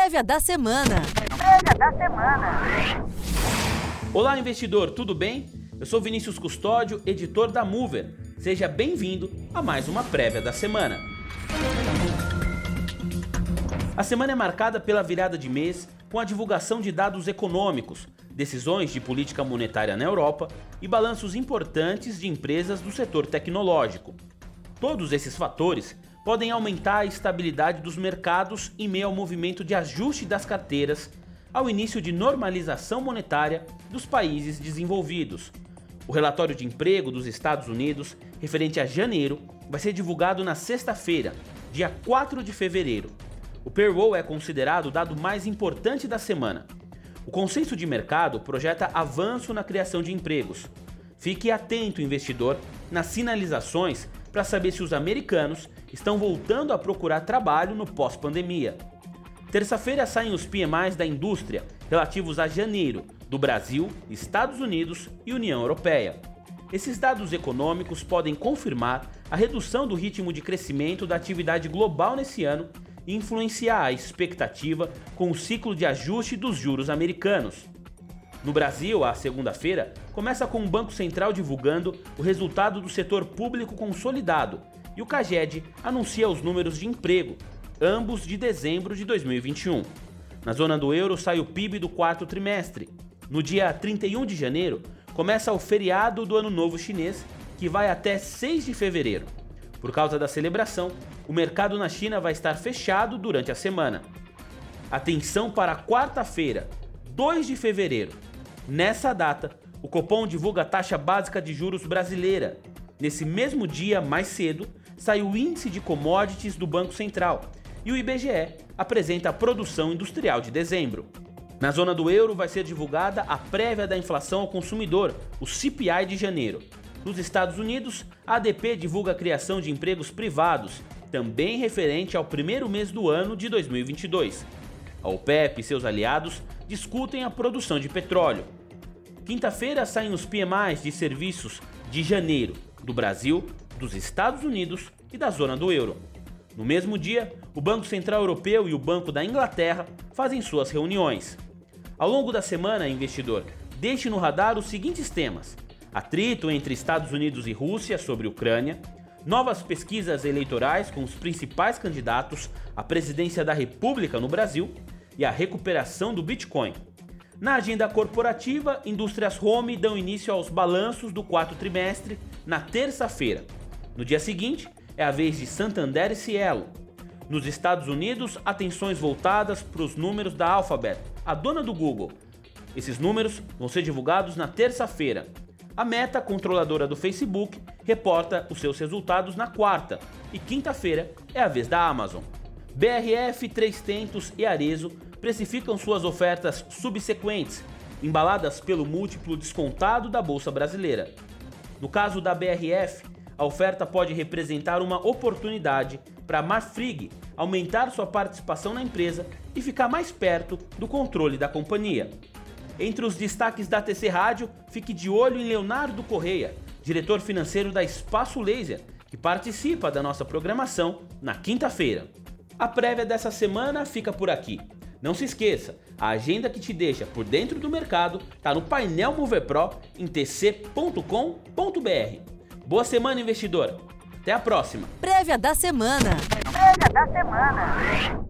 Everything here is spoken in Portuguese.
Prévia da semana. Olá, investidor, tudo bem? Eu sou Vinícius Custódio, editor da Mover. Seja bem-vindo a mais uma prévia da semana. A semana é marcada pela virada de mês com a divulgação de dados econômicos, decisões de política monetária na Europa e balanços importantes de empresas do setor tecnológico. Todos esses fatores podem aumentar a estabilidade dos mercados em meio ao movimento de ajuste das carteiras ao início de normalização monetária dos países desenvolvidos. O relatório de emprego dos Estados Unidos, referente a janeiro, vai ser divulgado na sexta-feira, dia 4 de fevereiro. O payroll é considerado o dado mais importante da semana. O consenso de mercado projeta avanço na criação de empregos. Fique atento, investidor, nas sinalizações para saber se os americanos estão voltando a procurar trabalho no pós-pandemia. Terça-feira saem os PMIs da indústria relativos a janeiro, do Brasil, Estados Unidos e União Europeia. Esses dados econômicos podem confirmar a redução do ritmo de crescimento da atividade global nesse ano e influenciar a expectativa com o ciclo de ajuste dos juros americanos. No Brasil, a segunda-feira começa com o Banco Central divulgando o resultado do setor público consolidado e o CAGED anuncia os números de emprego, ambos de dezembro de 2021. Na zona do euro sai o PIB do quarto trimestre. No dia 31 de janeiro, começa o feriado do Ano Novo Chinês, que vai até 6 de fevereiro. Por causa da celebração, o mercado na China vai estar fechado durante a semana. Atenção para a quarta-feira, 2 de fevereiro. Nessa data, o Copom divulga a taxa básica de juros brasileira. Nesse mesmo dia, mais cedo, sai o índice de commodities do Banco Central e o IBGE apresenta a produção industrial de dezembro. Na zona do euro vai ser divulgada a prévia da inflação ao consumidor, o CPI de janeiro. Nos Estados Unidos, a ADP divulga a criação de empregos privados, também referente ao primeiro mês do ano de 2022. A OPEP e seus aliados discutem a produção de petróleo. Quinta-feira saem os PMIs de serviços de janeiro, do Brasil, dos Estados Unidos e da zona do euro. No mesmo dia, o Banco Central Europeu e o Banco da Inglaterra fazem suas reuniões. Ao longo da semana, investidor, deixe no radar os seguintes temas: atrito entre Estados Unidos e Rússia sobre Ucrânia, novas pesquisas eleitorais com os principais candidatos à presidência da República no Brasil e a recuperação do Bitcoin. Na agenda corporativa, indústrias home dão início aos balanços do quarto trimestre na terça-feira. No dia seguinte, é a vez de Santander e Cielo. Nos Estados Unidos, atenções voltadas para os números da Alphabet, a dona do Google. Esses números vão ser divulgados na terça-feira. A Meta, controladora do Facebook, reporta os seus resultados na quarta e quinta-feira é a vez da Amazon. BRF, Três Tentos e Arezzo precificam suas ofertas subsequentes, embaladas pelo múltiplo descontado da Bolsa Brasileira. No caso da BRF, a oferta pode representar uma oportunidade para a Marfrig aumentar sua participação na empresa e ficar mais perto do controle da companhia. Entre os destaques da TC Rádio, fique de olho em Leonardo Correia, diretor financeiro da Espaço Laser, que participa da nossa programação na quinta-feira. A prévia dessa semana fica por aqui. Não se esqueça, a agenda que te deixa por dentro do mercado está no painel Mover Pro em tc.com.br. Boa semana, investidor! Até a próxima! Prévia da semana.